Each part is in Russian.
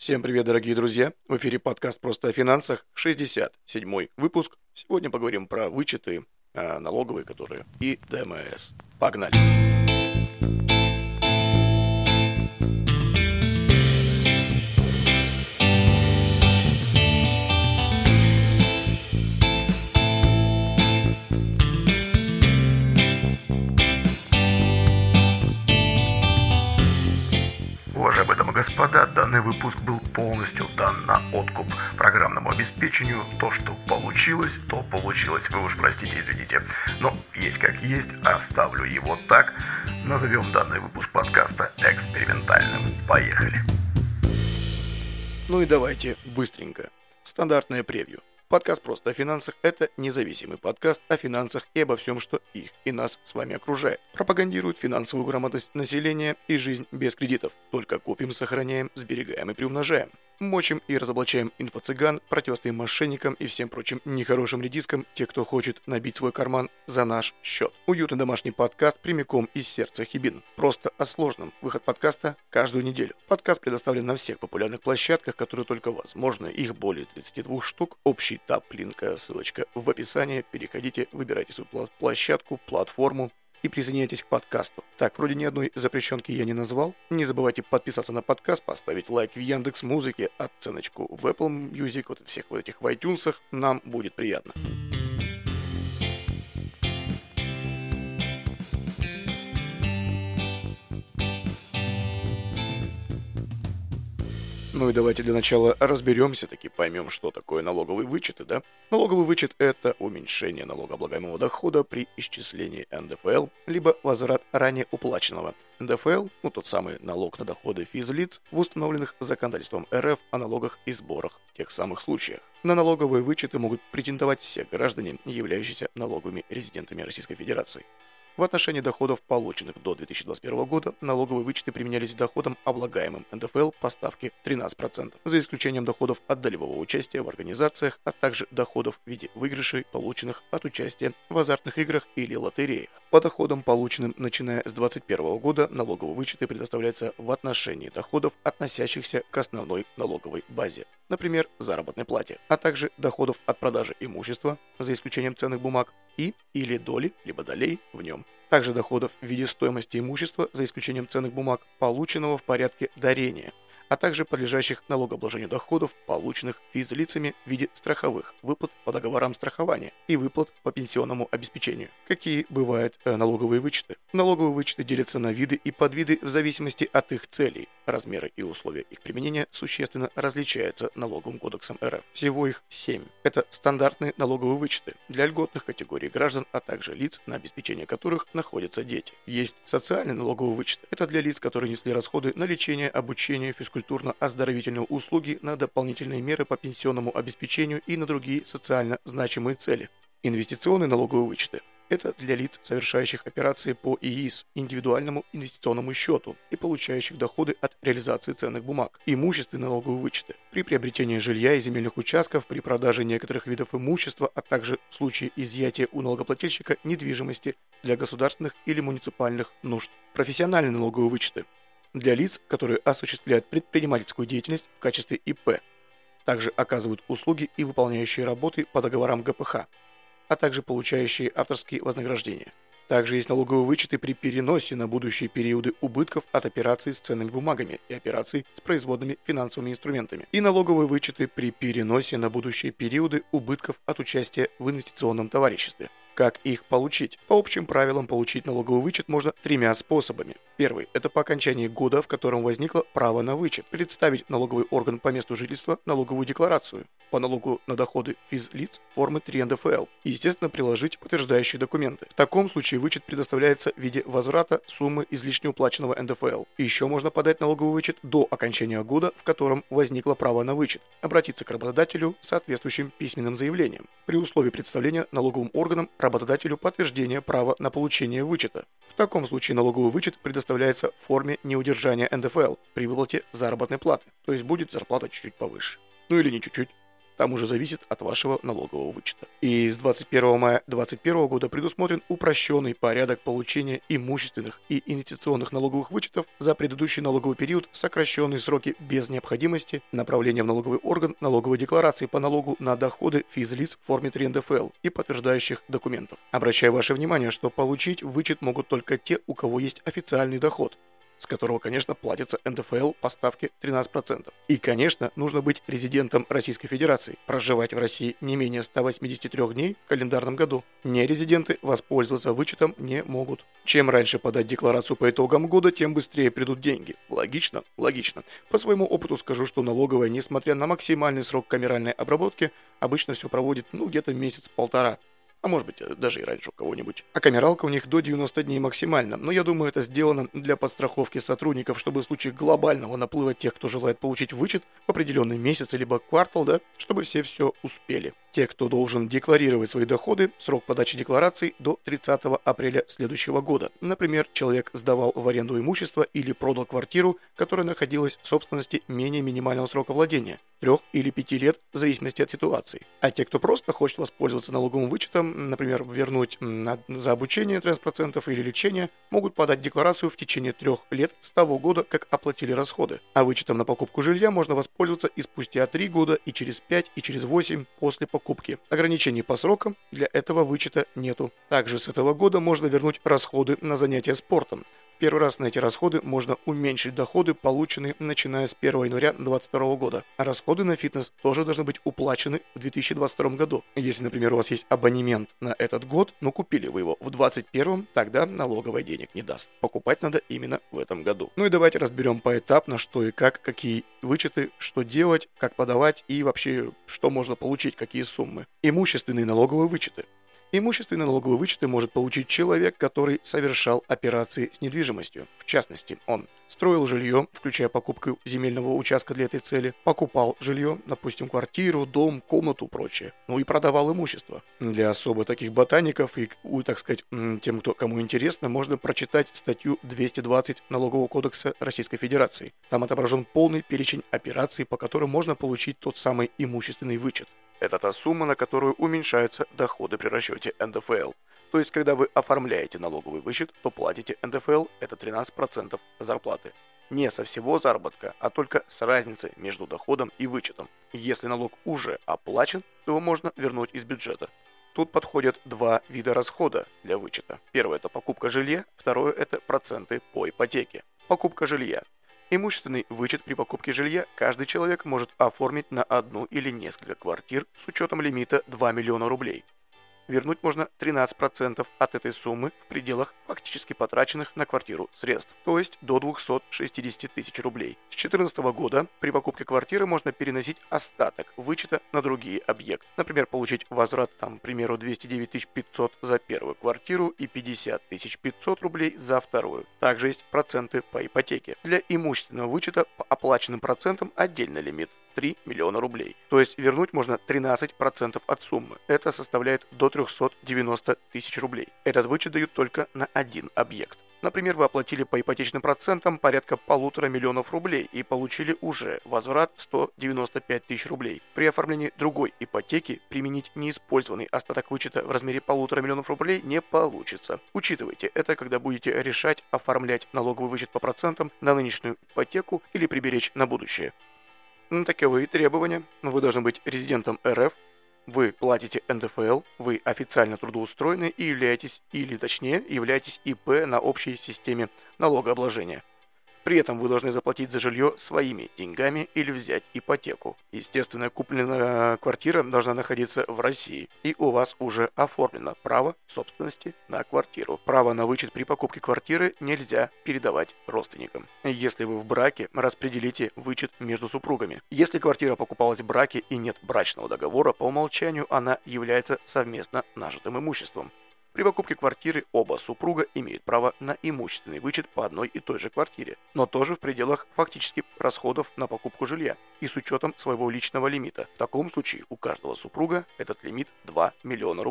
Всем привет, дорогие друзья! В эфире подкаст «Просто о финансах», 67-й выпуск. Сегодня поговорим про вычеты налоговые, которые и ДМС. Погнали! Уважаемые дамы и господа, данный выпуск был полностью дан на откуп программному обеспечению. То, что получилось, то получилось. Вы уж простите, извините. Но есть как есть, оставлю его так. Назовем данный выпуск подкаста экспериментальным. Поехали. Ну и давайте быстренько. Стандартное превью. Подкаст «Просто о финансах» — это независимый подкаст о финансах и обо всем, что их и нас с вами окружает. Пропагандирует финансовую грамотность населения и жизнь без кредитов. Только копим, сохраняем, сберегаем и приумножаем. Мочим и разоблачаем инфо-цыган, противостоим мошенникам и всем прочим нехорошим редискам, те, кто хочет набить свой карман за наш счет. Уютный домашний подкаст прямиком из сердца Хибин. Просто о сложном. Выход подкаста каждую неделю. Подкаст предоставлен на всех популярных площадках, которые только возможно. Их более 32 штук. Общий тап, линка, ссылочка в описании. Переходите, выбирайте свою площадку, платформу и присоединяйтесь к подкасту. Так, вроде ни одной запрещенки я не назвал. Не забывайте подписаться на подкаст, поставить лайк в Яндекс.Музыке, оценочку в Apple Music, вот всех вот этих в iTunes. Нам будет приятно. Ну и давайте для начала разберемся, таки поймем, что такое налоговые вычеты, да? Налоговый вычет – это уменьшение налогооблагаемого дохода при исчислении НДФЛ, либо возврат ранее уплаченного. НДФЛ, тот самый налог на доходы физлиц, в установленных законодательством РФ о налогах и сборах в тех самых случаях. На налоговые вычеты могут претендовать все граждане, являющиеся налоговыми резидентами Российской Федерации. В отношении доходов, полученных до 2021 года, налоговые вычеты применялись к доходам, облагаемым НДФЛ по ставке 13%, за исключением доходов от долевого участия в организациях, а также доходов в виде выигрышей, полученных от участия в азартных играх или лотереях. По доходам, полученным начиная с 2021 года, налоговые вычеты предоставляются в отношении доходов, относящихся к основной налоговой базе, например, заработной плате, а также доходов от продажи имущества, за исключением ценных бумаг, и или доли, либо долей в нем. Также доходов в виде стоимости имущества, за исключением ценных бумаг, полученного в порядке дарения, а также подлежащих налогообложению доходов, полученных физлицами в виде страховых выплат по договорам страхования и выплат по пенсионному обеспечению. Какие бывают налоговые вычеты? Налоговые вычеты делятся на виды и подвиды в зависимости от их целей. Размеры и условия их применения существенно различаются налоговым кодексом РФ. Всего их 7. Это стандартные налоговые вычеты для льготных категорий граждан, а также лиц, на обеспечение которых находятся дети. Есть социальные налоговые вычеты. Это для лиц, которые несли расходы на лечение, обучение, физкультурно-оздоровительные услуги, на дополнительные меры по пенсионному обеспечению и на другие социально значимые цели. Инвестиционные налоговые вычеты. Это для лиц, совершающих операции по ИИС, индивидуальному инвестиционному счету, и получающих доходы от реализации ценных бумаг. Имущественные налоговые вычеты. При приобретении жилья и земельных участков, при продаже некоторых видов имущества, а также в случае изъятия у налогоплательщика недвижимости для государственных или муниципальных нужд. Профессиональные налоговые вычеты. Для лиц, которые осуществляют предпринимательскую деятельность в качестве ИП. Также оказывают услуги и выполняющие работы по договорам ГПХ, а также получающие авторские вознаграждения. Также есть налоговые вычеты при переносе на будущие периоды убытков от операций с ценными бумагами и операций с производными финансовыми инструментами. И налоговые вычеты при переносе на будущие периоды убытков от участия в инвестиционном товариществе. Как их получить? По общим правилам получить налоговый вычет можно 3 способами. Первый – это по окончании года, в котором возникло право на вычет. Представить налоговый орган по месту жительства налоговую декларацию. По налогу на доходы физлиц формы 3 НДФЛ. И, естественно, приложить подтверждающие документы. В таком случае вычет предоставляется в виде возврата суммы излишне уплаченного НДФЛ. И еще можно подать налоговый вычет до окончания года, в котором возникло право на вычет. Обратиться к работодателю с соответствующим письменным заявлением. При условии представления налоговым органам работодателю подтверждения права на получение вычета. В таком случае налоговый вычет предоставляется в форме неудержания НДФЛ при выплате заработной платы, то есть будет зарплата чуть-чуть повыше. Ну или не чуть-чуть. там уже зависит от вашего налогового вычета. И с 21 мая 2021 года предусмотрен упрощенный порядок получения имущественных и инвестиционных налоговых вычетов за предыдущий налоговый период, сокращенные сроки без необходимости направления в налоговый орган налоговой декларации по налогу на доходы физлиц в форме 3 НДФЛ и подтверждающих документов. Обращаю ваше внимание, что получить вычет могут только те, у кого есть официальный доход, с которого, конечно, платится НДФЛ по ставке 13%. И, конечно, нужно быть резидентом Российской Федерации, проживать в России не менее 183 дней в календарном году. Нерезиденты воспользоваться вычетом не могут. Чем раньше подать декларацию по итогам года, тем быстрее придут деньги. Логично? Логично. По своему опыту скажу, что налоговая, несмотря на максимальный срок камеральной обработки, обычно все проводит где-то месяц-полтора. А может быть, даже и раньше у кого-нибудь. А камералка у них до 90 дней максимально. Но я думаю, это сделано для подстраховки сотрудников, чтобы в случае глобального наплыва тех, кто желает получить вычет в определенный месяц либо квартал, чтобы все успели. Те, кто должен декларировать свои доходы, срок подачи деклараций до 30 апреля следующего года. Например, человек сдавал в аренду имущество или продал квартиру, которая находилась в собственности менее минимального срока владения. 3 или 5 лет в зависимости от ситуации. А те, кто просто хочет воспользоваться налоговым вычетом, например, вернуть за обучение 13% или лечение, могут подать декларацию в течение 3 лет с того года, как оплатили расходы. А вычетом на покупку жилья можно воспользоваться и спустя 3 года, и через 5, и через 8 после покупки. Ограничений по срокам для этого вычета нету. Также с этого года можно вернуть расходы на занятия спортом. Первый раз на эти расходы можно уменьшить доходы, полученные начиная с 1 января 2022 года. А расходы на фитнес тоже должны быть уплачены в 2022 году. Если, например, у вас есть абонемент на этот год, но купили вы его в 2021, тогда налоговая денег не даст. Покупать надо именно в этом году. Ну и давайте разберем поэтапно, что и как, какие вычеты, что делать, как подавать и вообще, что можно получить, какие суммы. Имущественные налоговые вычеты. Имущественные налоговые вычеты может получить человек, который совершал операции с недвижимостью. В частности, он строил жилье, включая покупку земельного участка для этой цели, покупал жилье, допустим, квартиру, дом, комнату, прочее, и продавал имущество. Для особо таких ботаников и, так сказать, тем, кому интересно, можно прочитать статью 220 Налогового кодекса Российской Федерации. Там отображен полный перечень операций, по которым можно получить тот самый имущественный вычет. Это та сумма, на которую уменьшаются доходы при расчете НДФЛ. То есть, когда вы оформляете налоговый вычет, то платите НДФЛ, это 13% зарплаты. Не со всего заработка, а только с разницей между доходом и вычетом. Если налог уже оплачен, то его можно вернуть из бюджета. Тут подходят два вида расхода для вычета. Первое – это покупка жилья, второе – это проценты по ипотеке. Покупка жилья. Имущественный вычет при покупке жилья каждый человек может оформить на одну или несколько квартир с учетом лимита 2 миллиона рублей. Вернуть можно 13% от этой суммы в пределах фактически потраченных на квартиру средств, то есть до 260 тысяч рублей. С 2014 года при покупке квартиры можно переносить остаток вычета на другие объекты. Например, получить возврат, к примеру, 209 500 за первую квартиру и 50 500 рублей за вторую. Также есть проценты по ипотеке. Для имущественного вычета по оплаченным процентам отдельный лимит. 3 миллиона рублей. То есть вернуть можно 13% от суммы. Это составляет до 390 тысяч рублей. Этот вычет дают только на один объект. Например, вы оплатили по ипотечным процентам порядка 1,5 миллиона рублей и получили уже возврат 195 тысяч рублей. При оформлении другой ипотеки применить неиспользованный остаток вычета в размере 1,5 миллиона рублей не получится. Учитывайте это, когда будете решать оформлять налоговый вычет по процентам на нынешнюю ипотеку или приберечь на будущее. Таковы требования. Вы должны быть резидентом РФ, вы платите НДФЛ, вы официально трудоустроены и являетесь ИП на общей системе налогообложения. При этом вы должны заплатить за жилье своими деньгами или взять ипотеку. Естественно, купленная квартира должна находиться в России, и у вас уже оформлено право собственности на квартиру. Право на вычет при покупке квартиры нельзя передавать родственникам. Если вы в браке, распределите вычет между супругами. Если квартира покупалась в браке и нет брачного договора, по умолчанию она является совместно нажитым имуществом. При покупке квартиры оба супруга имеют право на имущественный вычет по одной и той же квартире, но тоже в пределах фактически расходов на покупку жилья и с учетом своего личного лимита. В таком случае у каждого супруга этот лимит 2 миллиона рублей.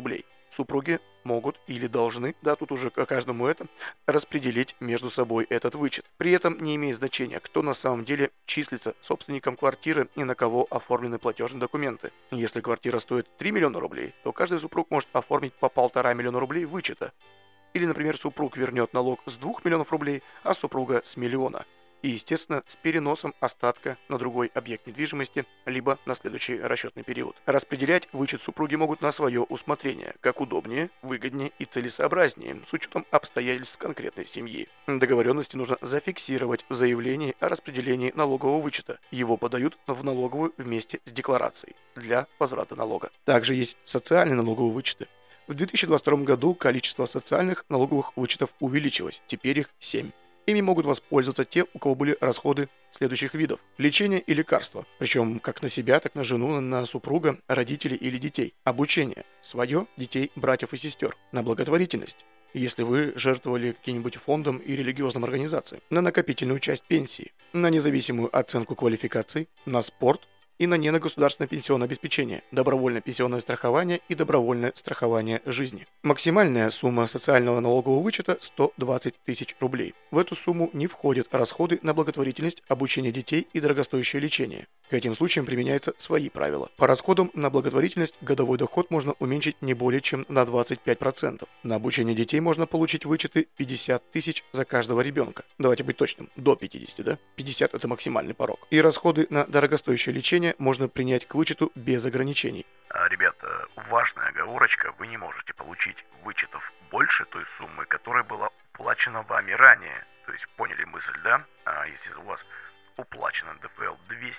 Супруги могут или должны, да, тут уже к каждому это, распределить между собой этот вычет. При этом не имеет значения, кто на самом деле числится собственником квартиры и на кого оформлены платежные документы. Если квартира стоит 3 миллиона рублей, то каждый супруг может оформить по 1,5 миллиона рублей вычета. Или, например, супруг вернет налог с 2 миллионов рублей, а супруга с миллиона. И, естественно, с переносом остатка на другой объект недвижимости, либо на следующий расчетный период. Распределять вычет супруги могут на свое усмотрение, как удобнее, выгоднее и целесообразнее, с учетом обстоятельств конкретной семьи. Договоренности нужно зафиксировать в заявлении о распределении налогового вычета. Его подают в налоговую вместе с декларацией для возврата налога. Также есть социальные налоговые вычеты. В 2022 году количество социальных налоговых вычетов увеличилось, теперь их 7. Ими могут воспользоваться те, у кого были расходы следующих видов. Лечение и лекарства, причем как на себя, так на жену, на супруга, родителей или детей. Обучение, свое, детей, братьев и сестер. На благотворительность, если вы жертвовали каким-нибудь фондом и религиозным организациям. На накопительную часть пенсии, на независимую оценку квалификаций, на спорт и на негосударственное пенсионное обеспечение, добровольное пенсионное страхование и добровольное страхование жизни. Максимальная сумма социального налогового вычета – 120 тысяч рублей. В эту сумму не входят расходы на благотворительность, обучение детей и дорогостоящее лечение. К этим случаям применяются свои правила. По расходам на благотворительность годовой доход можно уменьшить не более чем на 25%. На обучение детей можно получить вычеты 50 тысяч за каждого ребенка. Давайте быть точным, до 50, да? 50 – это максимальный порог. И расходы на дорогостоящее лечение можно принять к вычету без ограничений. Ребята, важная оговорочка, вы не можете получить вычетов больше той суммы, которая была уплачена вами ранее. То есть поняли мысль, да? Если у вас уплачено НДФЛ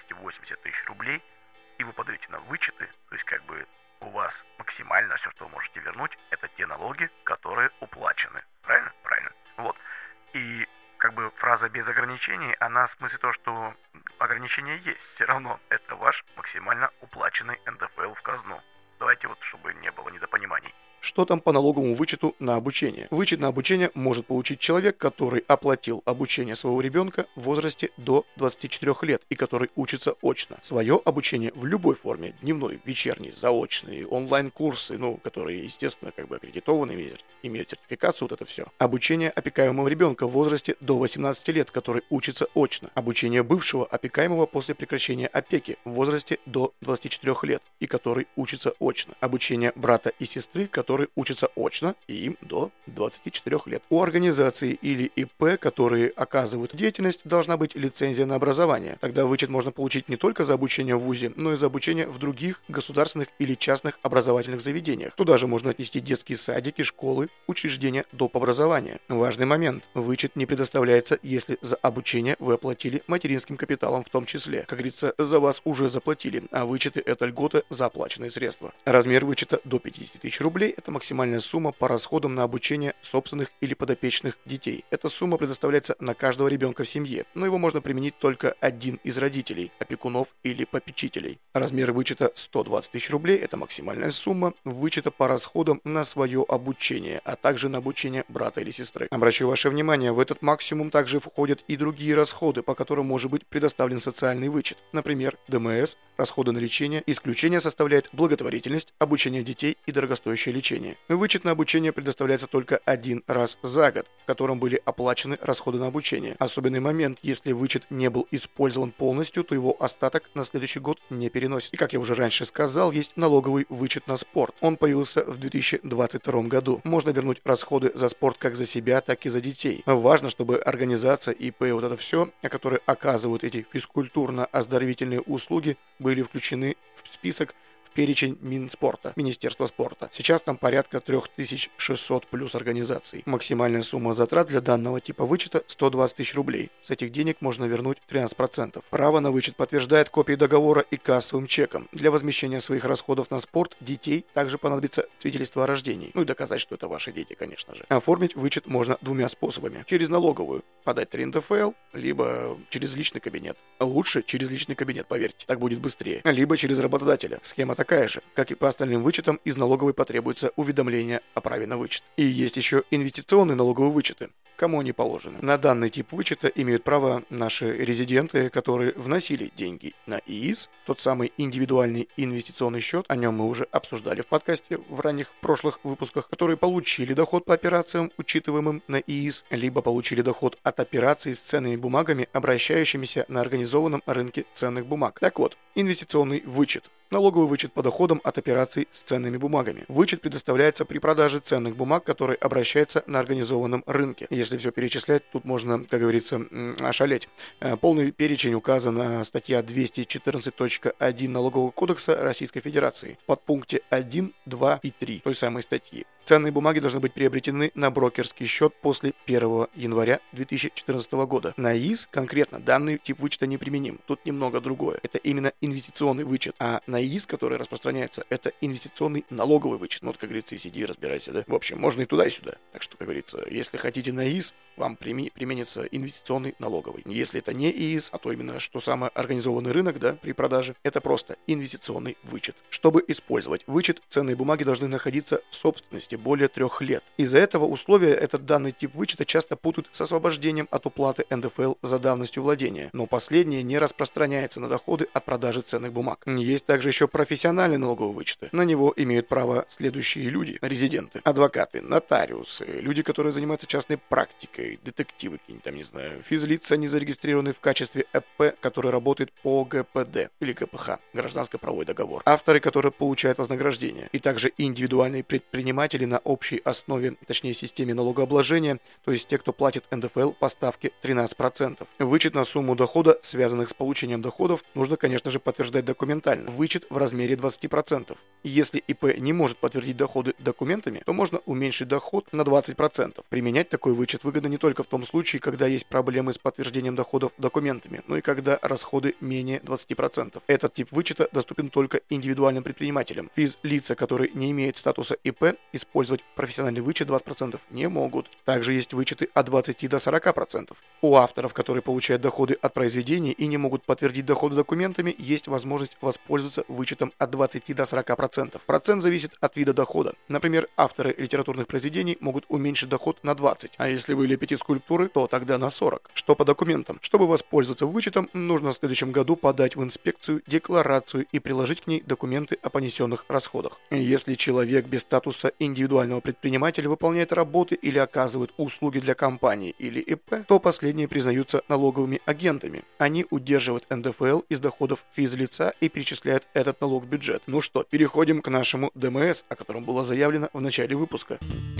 280 тысяч рублей, и вы подаете на вычеты, то есть как бы у вас максимально все, что вы можете вернуть, это те налоги, которые уплачены. Правильно? Правильно. Вот. И как бы фраза без ограничений, она в смысле того, что ограничения есть. Все равно это ваш максимально уплаченный НДФЛ в казну. Давайте вот, чтобы не было недопониманий. Что там по налоговому вычету на обучение? Вычет на обучение может получить человек, который оплатил обучение своего ребенка в возрасте до 24 лет и который учится очно. Свое обучение в любой форме, дневной, вечерний, заочный, онлайн-курсы, которые, естественно, как бы аккредитованы, имеют сертификацию, вот это все. Обучение опекаемого ребенка в возрасте до 18 лет, который учится очно. Обучение бывшего опекаемого после прекращения опеки в возрасте до 24 лет и который учится очно. Обучение брата и сестры, которые учатся очно, и им до 24 лет. У организации или ИП, которые оказывают деятельность, должна быть лицензия на образование. Тогда вычет можно получить не только за обучение в ВУЗе, но и за обучение в других государственных или частных образовательных заведениях. Туда же можно отнести детские садики, школы, учреждения доп. Образования. Важный момент. Вычет не предоставляется, если за обучение вы оплатили материнским капиталом в том числе. Как говорится, за вас уже заплатили, а вычеты – это льготы за оплаченные средства. Размер вычета до 50 тысяч рублей – это максимальная сумма по расходам на обучение собственных или подопечных детей. Эта сумма предоставляется на каждого ребенка в семье, но его можно применить только один из родителей, опекунов или попечителей. Размер вычета 120 тысяч рублей – это максимальная сумма вычета по расходам на свое обучение, а также на обучение брата или сестры. Обращаю ваше внимание, в этот максимум также входят и другие расходы, по которым может быть предоставлен социальный вычет. Например, ДМС, расходы на лечение. Исключение составляет благотворительность, обучение детей и дорогостоящее лечение. Вычет на обучение предоставляется только один раз за год, в котором были оплачены расходы на обучение. Особенный момент, если вычет не был использован полностью, то его остаток на следующий год не переносит. И как я уже раньше сказал, есть налоговый вычет на спорт. Он появился в 2022 году. Можно вернуть расходы за спорт как за себя, так и за детей. Важно, чтобы организация, ИП, вот это все, которые оказывают эти физкультурно-оздоровительные услуги, были включены в список, перечень Минспорта, Министерства спорта. Сейчас там порядка 3600 плюс организаций. Максимальная сумма затрат для данного типа вычета 120 тысяч рублей. С этих денег можно вернуть 13%. Право на вычет подтверждает копии договора и кассовым чеком. Для возмещения своих расходов на спорт детей также понадобится свидетельство о рождении. И доказать, что это ваши дети, конечно же. Оформить вычет можно двумя способами. Через налоговую, подать 3 НДФЛ, либо через личный кабинет. Лучше через личный кабинет, поверьте, так будет быстрее. Либо через работодателя. Схема такая же. Как и по остальным вычетам, из налоговой потребуется уведомление о праве на вычет. И есть еще инвестиционные налоговые вычеты. Кому они положены? На данный тип вычета имеют право наши резиденты, которые вносили деньги на ИИС, тот самый индивидуальный инвестиционный счет, о нем мы уже обсуждали в подкасте в ранних прошлых выпусках, которые получили доход по операциям, учитываемым на ИИС, либо получили доход от операций с ценными бумагами, обращающимися на организованном рынке ценных бумаг. Так вот, инвестиционный вычет. Налоговый вычет по доходам от операций с ценными бумагами. Вычет предоставляется при продаже ценных бумаг, которые обращаются на организованном рынке. Если все перечислять, тут можно, как говорится, ошалеть. Полный перечень указан статья 214.1 Налогового кодекса Российской Федерации в подпункте 1, 2 и 3 той самой статьи. Ценные бумаги должны быть приобретены на брокерский счет после 1 января 2014 года. На ИИС конкретно данный тип вычета не применим. Тут немного другое. Это именно инвестиционный вычет. А на ИИС, который распространяется, это инвестиционный налоговый вычет. Ну, вот, как говорится, и сиди и разбирайся, да? В общем, можно и туда, и сюда. Так что, как говорится, если хотите на ИИС, вам применится инвестиционный налоговый. Если это не ИИС, а то именно что самый организованный рынок, да, при продаже, это просто инвестиционный вычет. Чтобы использовать вычет, ценные бумаги должны находиться в собственности более 3 лет. Из-за этого условия этот данный тип вычета часто путают с освобождением от уплаты НДФЛ за давностью владения, но последнее не распространяется на доходы от продажи ценных бумаг. Есть также еще профессиональные налоговые вычеты. На него имеют право следующие люди: резиденты, адвокаты, нотариусы, люди, которые занимаются частной практикой, детективы какие-нибудь там, не знаю, физлица, не зарегистрированные в качестве ЭП, которые работают по ГПД или ГПХ, гражданско-правовой договор, авторы, которые получают вознаграждение, и также индивидуальные предприниматели на общей основе, точнее системе налогообложения, то есть те, кто платит НДФЛ по ставке 13%. Вычет на сумму дохода, связанных с получением доходов, нужно, конечно же, подтверждать документально. Вычет в размере 20%. Если ИП не может подтвердить доходы документами, то можно уменьшить доход на 20%. Применять такой вычет выгодно не только в том случае, когда есть проблемы с подтверждением доходов документами, но и когда расходы менее 20%. Этот тип вычета доступен только индивидуальным предпринимателям. Физлица, которые не имеют статуса ИП, использовать профессиональный вычет 20% не могут. Также есть вычеты от 20 до 40%. У авторов, которые получают доходы от произведений и не могут подтвердить доходы документами, есть возможность воспользоваться вычетом от 20 до 40%. Процент зависит от вида дохода. Например, авторы литературных произведений могут уменьшить доход на 20, а если вы лепите скульптуры, то тогда на 40. Что по документам? Чтобы воспользоваться вычетом, нужно в следующем году подать в инспекцию декларацию и приложить к ней документы о понесенных расходах. Если человек без статуса индивидуального предпринимателя выполняет работы или оказывает услуги для компании или ИП, то последние признаются налоговыми агентами. Они удерживают НДФЛ из доходов физлица и перечисляют этот налог в бюджет. Ну что, переходим к нашему ДМС, о котором было заявлено в начале выпуска.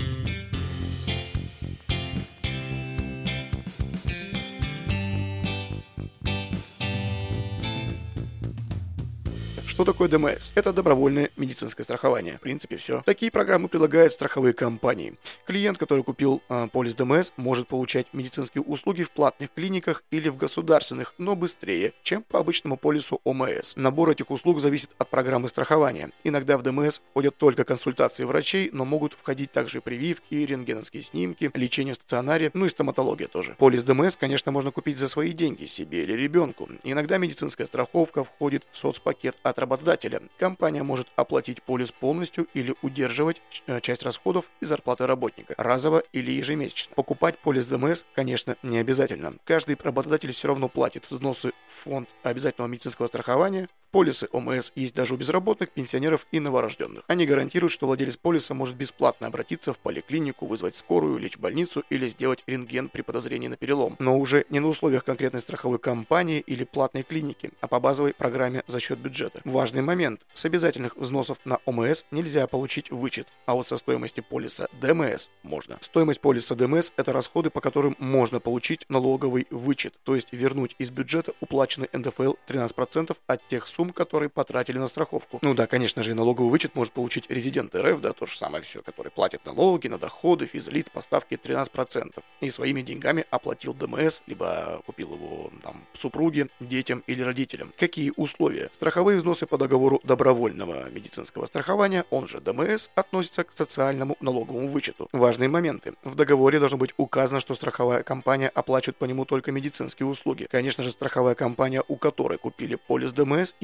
Что такое ДМС? Это добровольное медицинское страхование. В принципе, все. Такие программы предлагают страховые компании. Клиент, который купил полис ДМС, может получать медицинские услуги в платных клиниках или в государственных, но быстрее, чем по обычному полису ОМС. Набор этих услуг зависит от программы страхования. Иногда в ДМС входят только консультации врачей, но могут входить также прививки, рентгеновские снимки, лечение в стационаре, ну и стоматология тоже. Полис ДМС, конечно, можно купить за свои деньги, себе или ребенку. Иногда медицинская страховка входит в соцпакет от работодателя. Компания может оплатить полис полностью или удерживать часть расходов и зарплаты работника, разово или ежемесячно. Покупать полис ДМС, конечно, не обязательно. Каждый работодатель все равно платит взносы в фонд обязательного медицинского страхования. Полисы ОМС есть даже у безработных, пенсионеров и новорожденных. Они гарантируют, что владелец полиса может бесплатно обратиться в поликлинику, вызвать скорую, лечь в больницу или сделать рентген при подозрении на перелом. Но уже не на условиях конкретной страховой компании или платной клиники, а по базовой программе за счет бюджета. Важный момент. С обязательных взносов на ОМС нельзя получить вычет, а вот со стоимости полиса ДМС можно. Стоимость полиса ДМС – это расходы, по которым можно получить налоговый вычет, то есть вернуть из бюджета уплаченный НДФЛ 13% от тех сумм, которые потратили на страховку. Ну да, конечно же, и налоговый вычет может получить резидент РФ, да, то же самое все, который платит налоги на доходы, физлиц по ставке 13%. И своими деньгами оплатил ДМС, либо купил его там супруге, детям или родителям. Какие условия? Страховые взносы по договору добровольного медицинского страхования, он же ДМС, относятся к социальному налоговому вычету. Важные моменты. В договоре должно быть указано, что страховая компания оплачивает по нему только медицинские услуги. Конечно же, страховая компания, у которой купили полис ДМС, имеет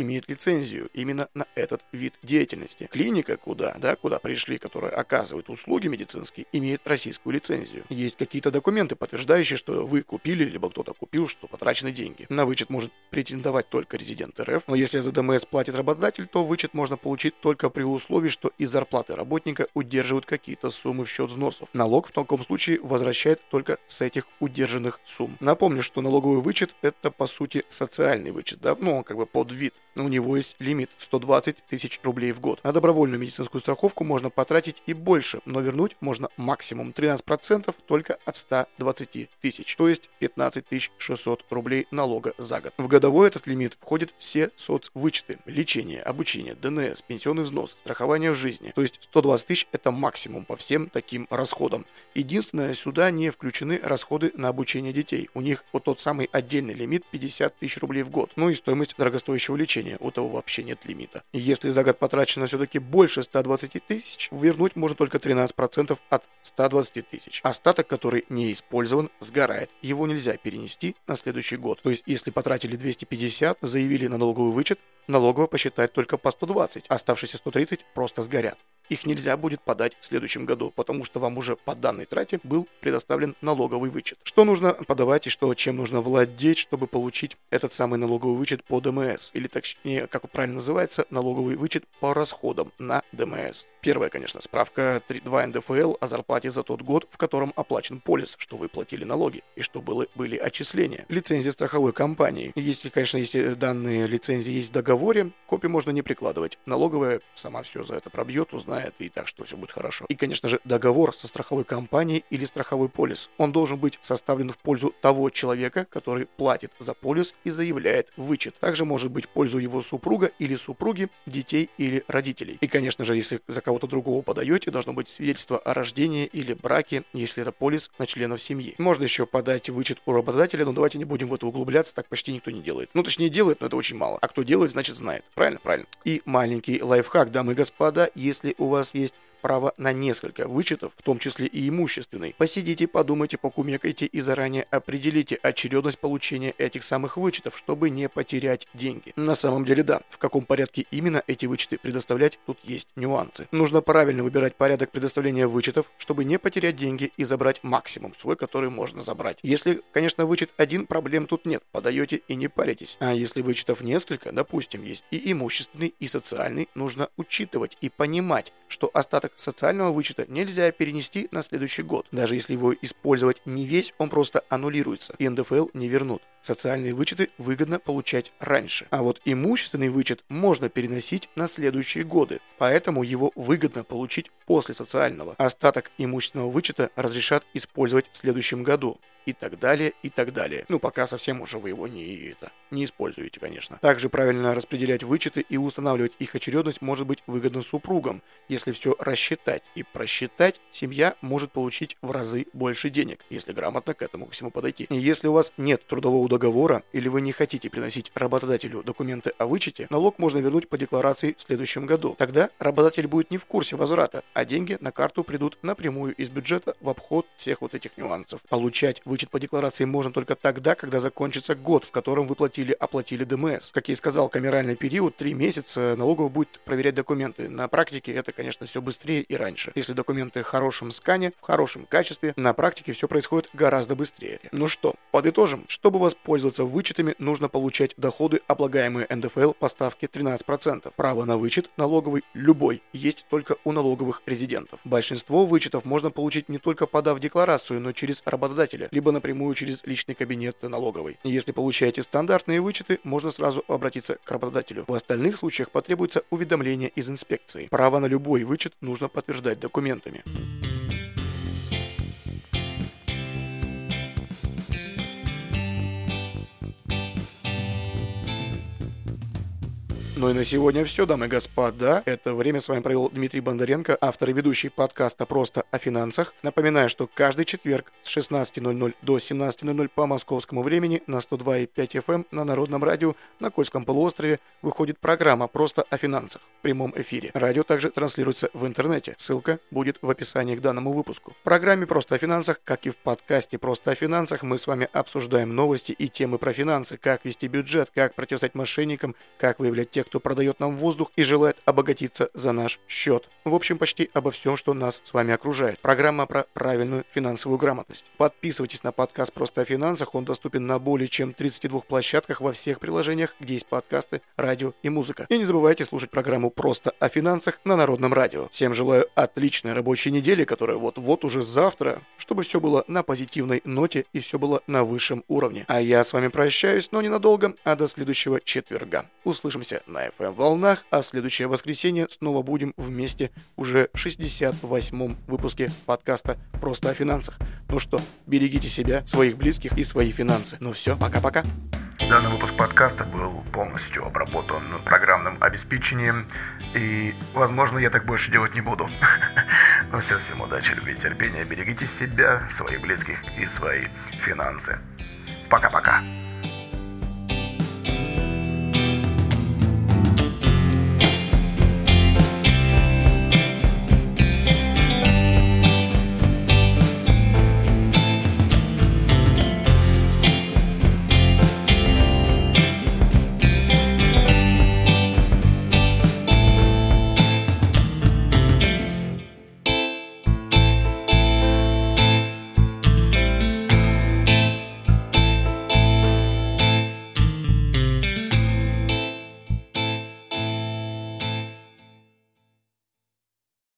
имеет лицензию именно на этот вид деятельности. Клиника, куда пришли, которая оказывает услуги медицинские, имеет российскую лицензию. Есть какие-то документы, подтверждающие, что вы купили, либо кто-то купил, что потрачены деньги. На вычет может претендовать только резидент РФ, но если за ДМС платит работодатель, то вычет можно получить только при условии, что из зарплаты работника удерживают какие-то суммы в счет взносов. Налог в таком случае возвращает только с этих удержанных сумм. Напомню, что налоговый вычет — это по сути социальный вычет, да, ну, как бы под вид. Но у него есть лимит 120 тысяч рублей в год. На добровольную медицинскую страховку можно потратить и больше, но вернуть можно максимум 13% только от 120 тысяч, то есть 15 600 рублей налога за год. В годовой этот лимит входит все соцвычеты: лечение, обучение, ДНС, пенсионный взнос, страхование в жизни. То есть 120 тысяч — это максимум по всем таким расходам. Единственное, сюда не включены расходы на обучение детей. У них вот тот самый отдельный лимит 50 тысяч рублей в год. Ну и стоимость дорогостоящего лечения. У того вообще нет лимита. И если за год потрачено все-таки больше 120 тысяч, вернуть можно только 13% от 120 тысяч. Остаток, который не использован, сгорает. Его нельзя перенести на следующий год. То есть, если потратили 250, заявили на налоговый вычет, налоговая посчитает только по 120, оставшиеся 130 просто сгорят. Их нельзя будет подать в следующем году, потому что вам уже по данной трате был предоставлен налоговый вычет. Что нужно подавать и чем нужно владеть, чтобы получить этот самый налоговый вычет по ДМС? Или точнее, как он правильно называется, налоговый вычет по расходам на ДМС. Первое, конечно, справка 3.2 НДФЛ о зарплате за тот год, в котором оплачен полис, что вы платили налоги и что были отчисления. Лицензия страховой компании. Если данные лицензии есть в договоре, копию можно не прикладывать. Налоговая сама все за это пробьет, узнает, и так что все будет хорошо. И, конечно же, договор со страховой компанией или страховой полис. Он должен быть составлен в пользу того человека, который платит за полис и заявляет вычет. Также может быть в пользу его супруга или супруги, детей или родителей. И, конечно же, если за кого-то другого подаете, должно быть свидетельство о рождении или браке, если это полис на членов семьи. Можно еще подать вычет у работодателя, но давайте не будем в это углубляться, так почти никто не делает. Ну, точнее, делает, но это очень мало. А кто делает, значит знает. Правильно? Правильно. И маленький лайфхак, дамы и господа, если у вас есть право на несколько вычетов, в том числе и имущественный. Посидите, подумайте, покумекайте и заранее определите очередность получения этих самых вычетов, чтобы не потерять деньги. На самом деле, да, в каком порядке именно эти вычеты предоставлять, тут есть нюансы. Нужно правильно выбирать порядок предоставления вычетов, чтобы не потерять деньги и забрать максимум свой, который можно забрать. Если, конечно, вычет один, проблем тут нет, подаете и не паритесь. А если вычетов несколько, допустим, есть и имущественный, и социальный, нужно учитывать и понимать, что остаток социального вычета нельзя перенести на следующий год. Даже если его использовать не весь, он просто аннулируется, и НДФЛ не вернут. Социальные вычеты выгодно получать раньше. А вот имущественный вычет можно переносить на следующие годы, поэтому его выгодно получить после социального. Остаток имущественного вычета разрешат использовать в следующем году. И так далее, и так далее. Ну, пока совсем уже вы его не используете, конечно. Также правильно распределять вычеты и устанавливать их очередность может быть выгодно супругам. Если все рассчитать и просчитать, семья может получить в разы больше денег, если грамотно к этому всему подойти. И если у вас нет трудового договора или вы не хотите приносить работодателю документы о вычете, налог можно вернуть по декларации в следующем году. Тогда работодатель будет не в курсе возврата, а деньги на карту придут напрямую из бюджета в обход всех вот этих нюансов. Получать вычет по декларации можно только тогда, когда закончится год, в котором вы оплатили ДМС. Как я и сказал, камеральный период 3 месяца налоговая будет проверять документы. На практике это, конечно, все быстрее и раньше. Если документы в хорошем скане, в хорошем качестве, на практике все происходит гораздо быстрее. Ну что, подытожим. Чтобы воспользоваться вычетами, нужно получать доходы, облагаемые НДФЛ по ставке 13%. Право на вычет налоговый любой есть только у налоговых резидентов. Большинство вычетов можно получить не только подав декларацию, но через работодателя, либо напрямую через личный кабинет налоговой. Если получаете стандартные вычеты, можно сразу обратиться к работодателю. В остальных случаях потребуется уведомление из инспекции. Право на любой вычет нужно подтверждать документами. Ну и на сегодня все, дамы и господа. Это время с вами провел Дмитрий Бондаренко, автор и ведущий подкаста «Просто о финансах». Напоминаю, что каждый четверг с 16:00 до 17:00 по московскому времени на 102,5 FM на Народном радио на Кольском полуострове выходит программа «Просто о финансах». в прямом эфире. Радио также транслируется в интернете. Ссылка будет в описании к данному выпуску. В программе «Просто о финансах», как и в подкасте «Просто о финансах», мы с вами обсуждаем новости и темы про финансы, как вести бюджет, как противостоять мошенникам, как выявлять тех, кто продает нам воздух и желает обогатиться за наш счет. В общем, почти обо всем, что нас с вами окружает. Программа про правильную финансовую грамотность. Подписывайтесь на подкаст «Просто о финансах». Он доступен на более чем 32 площадках во всех приложениях, где есть подкасты, радио и музыка. И не забывайте слушать программу «Просто о финансах» на Народном радио. Всем желаю отличной рабочей недели, которая вот-вот уже завтра, чтобы все было на позитивной ноте и все было на высшем уровне. А я с вами прощаюсь, но ненадолго, а до следующего четверга. Услышимся на FM-волнах, а в следующее воскресенье снова будем вместе уже в 68-м выпуске подкаста «Просто о финансах». Ну что, берегите себя, своих близких и свои финансы. Ну все, пока-пока. Данный выпуск подкаста был полностью обработан программным обеспечением, и, возможно, я так больше делать не буду. Ну все, всем удачи, любви и терпения, берегите себя, своих близких и свои финансы. Пока-пока.